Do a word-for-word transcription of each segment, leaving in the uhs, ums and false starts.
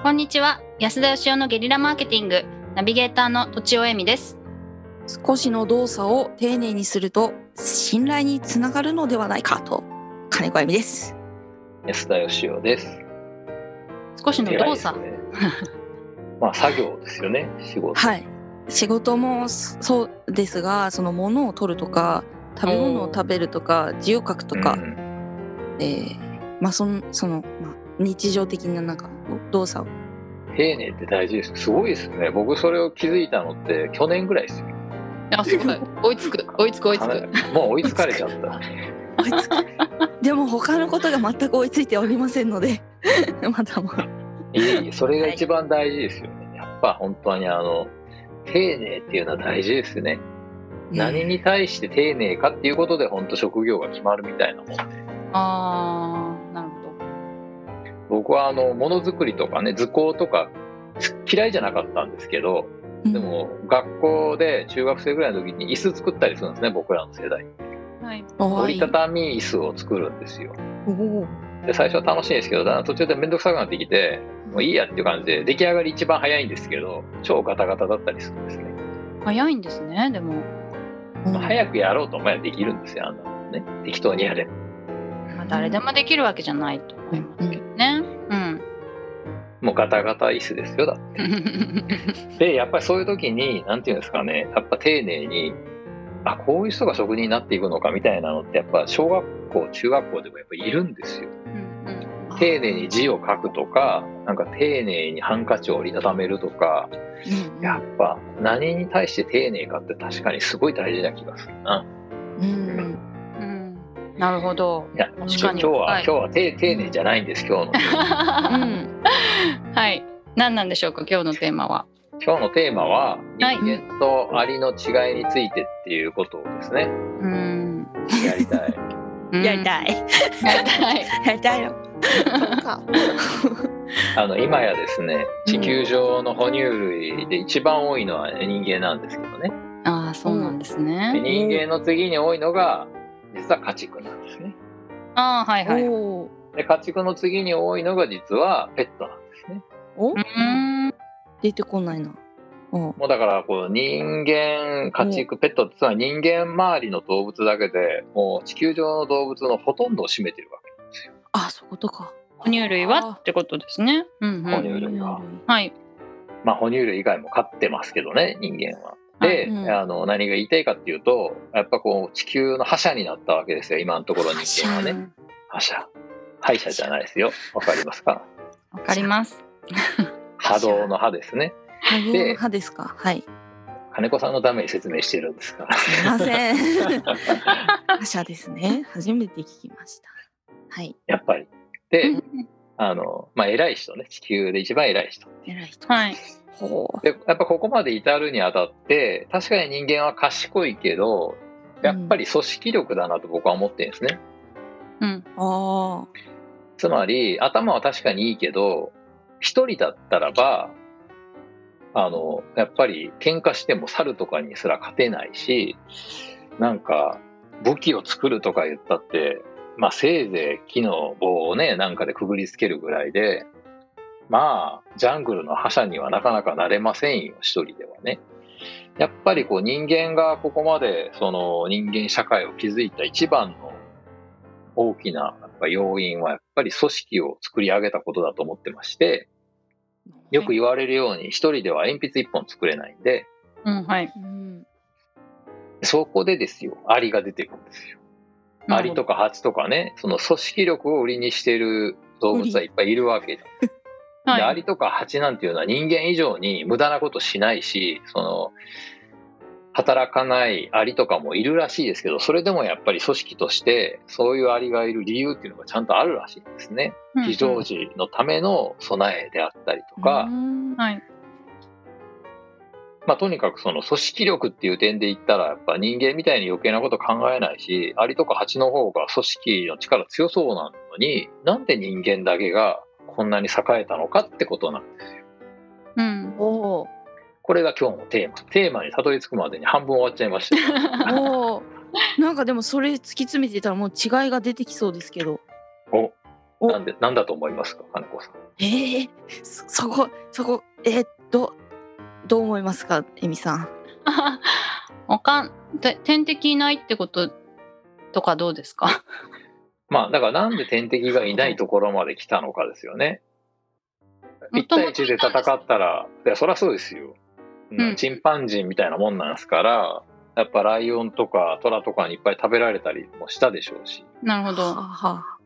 こんにちは。安田義雄のゲリラマーケティングナビゲーターのとちおえみです。 少しの動作を丁寧にすると信頼につながるのではないかと金子あゆみです。 安田義雄です。 少しの動作、 ね、まあ作業ですよね。仕事。 はい。仕事もそうですが、その物を取るとか食べ物を食べるとか字を書くとか、うん、えー、まあそのその、まあ、日常的ななんか動作を丁寧って大事です。すごいですね。僕それを気づいたのって去年ぐらいですよ。 あ、すごい。追いつく追いつく追いつく。 もう追いつかれちゃった。 追いつく。でも他のことが全く追いついておりませんのでまだまだ。 いえいえ、それが一番大事ですよね。はい、やっぱ本当にあの丁寧っていうのは大事ですね。うん、何に対して丁寧かっていうことで本当職業が決まるみたいなもんで。 あー、なるほど。 僕はあのものづくりとかね、図工とか嫌いじゃなかったんですけど、でも学校で中学生ぐらいの時に椅子作ったりするんですね、僕らの世代。はい、折りたたみ椅子を作るんですよ。で最初は楽しいんですけど、だんだん途中で面倒くさくなってきて、もういいやっていう感じで出来上がり一番早いんですけど、超ガタガタだったりするんですね。 早いんですね。でも、 まあ、早くやろうと思えばできるんですよ、あんなのね。適当にやれば。 まあ、誰でもできるわけじゃないと思いますけどね。うん。 もうガタガタ椅子ですよ、だって。でやっぱりそういう時に何て言うんですかね、やっぱ丁寧に、あ、こういう人が職人になっていくのかみたいなのってやっぱ小学校中学校でもやっぱいるんですよ。うんうん、丁寧に字を書くとか、なんか丁寧にハンカチを折りたためるとか、うんうん、やっぱ何に対して丁寧かって確かにすごい大事な気がするな。 うん、うん、なるほど。 いや確かに今日は、はい、今日は丁寧じゃないんです、今日のテーマ、うん、 はい、何なんでしょうか、今日のテーマは。 今日のテーマは人間とアリの違いについてっていうことをですね、うん、やりたいやりたいやりたいやりたいよあの今やですね、地球上の哺乳類で一番多いのは人間なんですけどね。 ああ、そうなんですね。 で人間の次に多いのが実は家畜なんですね。 ああ、はいはい。 で家畜の次に多いのが実はペットなんですね。 お、うん、出てこないな。 もうだからこう人間、家畜、ペットってつまり人間周りの動物だけでもう地球上の動物のほとんどを占めてるわけなんですよ。 あ、そういうことか。 哺乳類はってことですね。うんうん、 哺乳類は、 はい。 まあ哺乳類以外も飼ってますけどね、人間は。で、はい、あの何が言いたいかっていうと、やっぱこう地球の覇者になったわけですよ、今のところ人間はね。覇者。敗者じゃないですよ。わかりますか？ わかります。 波動の波ですね。 波動の波ですか。はい。 金子さんのために説明してるんですから。 すみません。覇者ですね。初めて聞きました。はい。 やっぱり。で、あのまあ偉い人ね、地球で一番偉い人。 偉い人。 はい。 でやっぱここまで至るにあたって確かに人間は賢いけどやっぱり組織力だなと僕は思ってるんですね。 うん、あつまり頭は確かにいいけど一人だったらばあのやっぱり喧嘩しても猿とかにすら勝てないし、なんか武器を作るとか言ったってまあせいぜい木の棒をねなんかでくぐりつけるぐらいで、まあジャングルの覇者にはなかなかなれませんよ、一人ではね。やっぱりこう人間がここまでその人間社会を築いた一番の大きなやっぱ要因はやっぱり組織を作り上げたことだと思ってまして、よく言われるように一人では鉛筆一本作れないんで、 うんはい、 そこでですよ、アリが出てくるんですよ。アリとかハチとかね、その組織力を売りにしている動物はいっぱいいるわけで、はい、でアリとかハチなんていうのは人間以上に無駄なことしないし、その働かないアリとかもいるらしいですけど、それでもやっぱり組織としてそういうアリがいる理由っていうのがちゃんとあるらしいんですね。うんうん、非常時のための備えであったりとか、 はい、 まあ、とにかくその組織力っていう点で言ったらやっぱ人間みたいに余計なこと考えないし、アリとかハチの方が組織の力強そうなのに、なんで人間だけがこんなに栄えたのかってことなんですよ。 うん、おこれが今日のテーマ。テーマにたどり着くまでに半分終わっちゃいました。 おなんかでもそれ突き詰めてたらもう違いが出てきそうですけど。 お、 おなんで、なんだと思いますか、金子さん。 えー、そそこそこえー、どどう思いますか、エミさん。 わかんて天敵いないってこととかどうですか？ まあだからなんで天敵がいないところまで来たのかですよね。いち対いちで戦ったら、いやそりゃそうですよ、 うん、 チンパンジーみたいなもんなんですから、やっぱライオンとかトラとかにいっぱい食べられたりもしたでしょうし。 なるほど。 はあはあ、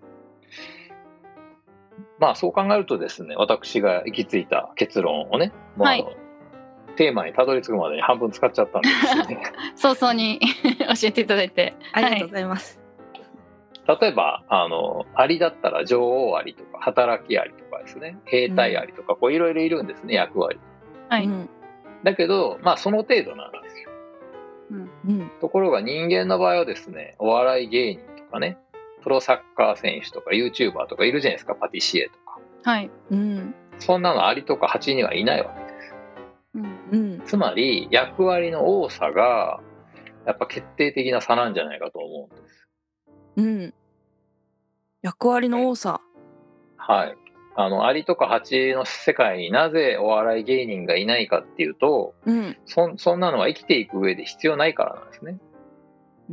まあそう考えるとですね、私が行き着いた結論をね、もうあの、 はい、 テーマにたどり着くまでに半分使っちゃったんですよね。 早々に教えていただいてありがとうございます。 はい、例えばあのアリだったら女王アリとか働きアリとかですね、兵隊アリとか、こういろいろいるんですね、役割。 はい、 うん、 だけどまあその程度なんですよ。 うんうん、 ところが人間の場合はですね、お笑い芸人とかね、プロサッカー選手とか YouTuber とかいるじゃないですか、パティシエとか。 はい、 うん、 そんなのアリとかハチにはいないわけです。 うんうん、 つまり役割の多さがやっぱ決定的な差なんじゃないかと思うんです。 うん、役割の多さ。 はい。あのアリとかハチの世界になぜお笑い芸人がいないかっていうと、 うん、 そ, そんなのは生きていく上で必要ないからなんですね。 うん。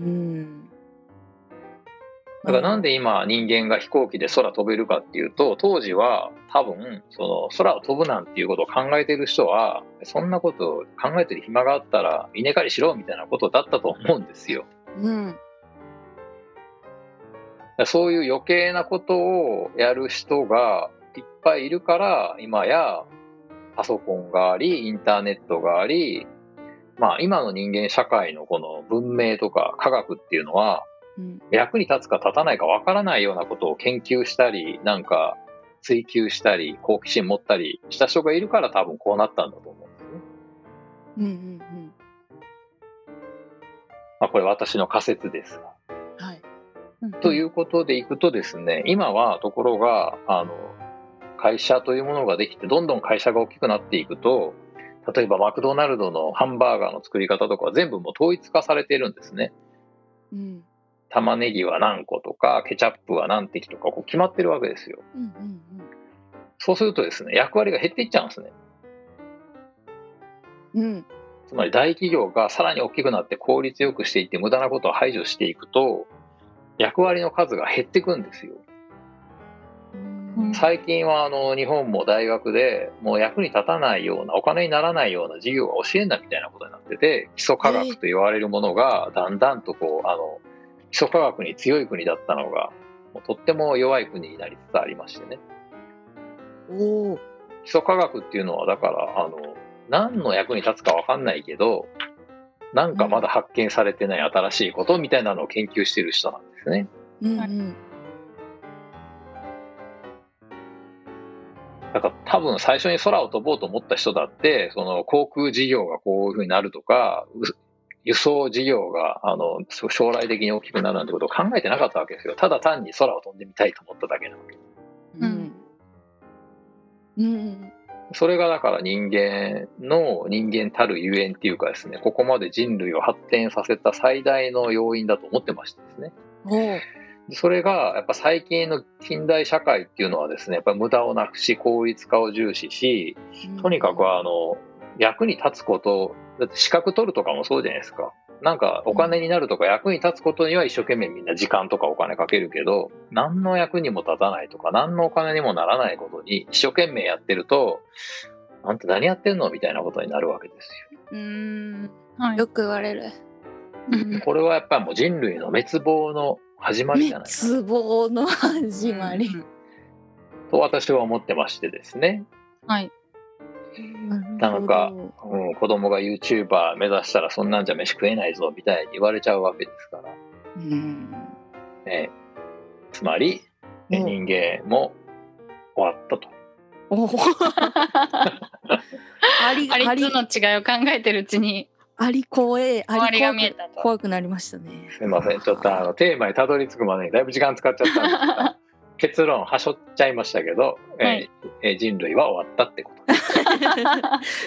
だからなんで今人間が飛行機で空飛べるかっていうと、当時は多分その空を飛ぶなんていうことを考えてる人は、そんなことを考えてる暇があったら稲刈りしろみたいなことだったと思うんですよ。 うん、 そういう余計なことをやる人がいっぱいいるから、今やパソコンがあり、インターネットがあり、まあ今の人間社会のこの文明とか科学っていうのは、 うん、 役に立つか立たないかわからないようなことを研究したり、なんか追求したり、好奇心持ったりした人がいるから多分こうなったんだと思うんですね。 うん、うん、 まあこれ私の仮説ですが。 はい。 ということでいくとですね、今はところが、あの、会社というものができて、どんどん会社が大きくなっていくと、例えばマクドナルドのハンバーガーの作り方とかは全部もう統一化されているんですね。 うん、 玉ねぎは何個とか、ケチャップは何滴とか、こう決まってるわけですよ。 うん、うん、 そうするとですね、役割が減っていっちゃうんですね。 うん、 つまり大企業がさらに大きくなって効率よくしていって無駄なことを排除していくと、役割の数が減っていくんですよ。 うん、 最近はあの日本も大学でもう役に立たないような、お金にならないような授業が教えんなみたいなことになってて、基礎科学と言われるものがだんだんとこう、あの基礎科学に強い国だったのがもうとっても弱い国になりつつありましてね。 おー、 基礎科学っていうのはだからあの何の役に立つか分かんないけど、なんかまだ発見されてない新しいことみたいなのを研究している人なんですね。 うん、うん、 だから多分最初に空を飛ぼうと思った人だって、その航空事業がこういうふうになるとか、輸送事業があの将来的に大きくなるなんてことを考えてなかったわけですよ。ただ単に空を飛んでみたいと思っただけなわけ。 うん、うん、 それがだから人間の人間たるゆえんっていうかですね、ここまで人類を発展させた最大の要因だと思ってましてですね。 おー、 それがやっぱ最近の近代社会っていうのはですね、やっぱり無駄をなくし効率化を重視し、とにかくあの役に立つこと、だって資格取るとかもそうじゃないですか。なんかお金になるとか役に立つことには一生懸命みんな時間とかお金かけるけど、何の役にも立たないとか何のお金にもならないことに一生懸命やってると、あんた何やってんのみたいなことになるわけですよ。 うーん、 はい、 よく言われる。 これはやっぱりもう人類の滅亡の始まりじゃないか滅亡の始まり、 うんと私は思ってましてですね。 はい、 なんか、うん、子供が YouTuber 目指したらそんなんじゃ飯食えないぞみたいに言われちゃうわけですから、 うんね、つまり人間も終わったと。 おありありとの違いを考えてるうちにあり怖え、 終わりが見えたと。 怖くなりましたね。 すいません、ちょっとあのテーマにたどり着くまでにだいぶ時間使っちゃったんですが結論はしょっちゃいましたけど、 はいえー、人類は終わったってことです。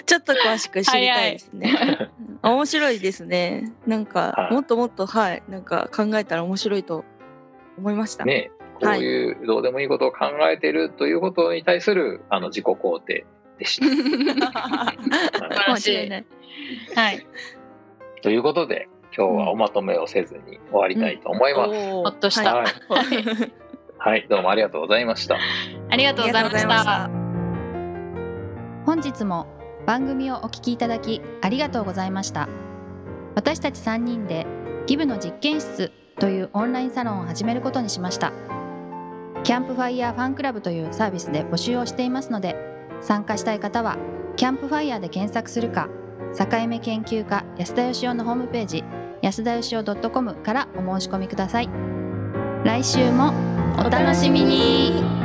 ちょっと詳しく知りたいですね。面白いですね。なんか、はい、もっともっとはいなんか考えたら面白いと思いました。 ね、 そういうどうでもいいことを考えているということに対するあの自己肯定でした。 晴らしい間違いない。 はい。 ということで今日はおまとめをせずに終わりたいと思います。 おーほっとした。 はいはい、どうもありがとうございました。 ありがとうございましありがとうございましたた。 本日も番組をお聞きいただきありがとうございました。私たちさんにんでギブの実験室というオンラインサロンを始めることにしました。キャンプファイヤーファンクラブというサービスで募集をしていますので、参加したい方はキャンプファイヤーで検索するか、境目研究家安田義雄のホームページ安田義雄 .com からお申し込みください。来週もお楽しみに。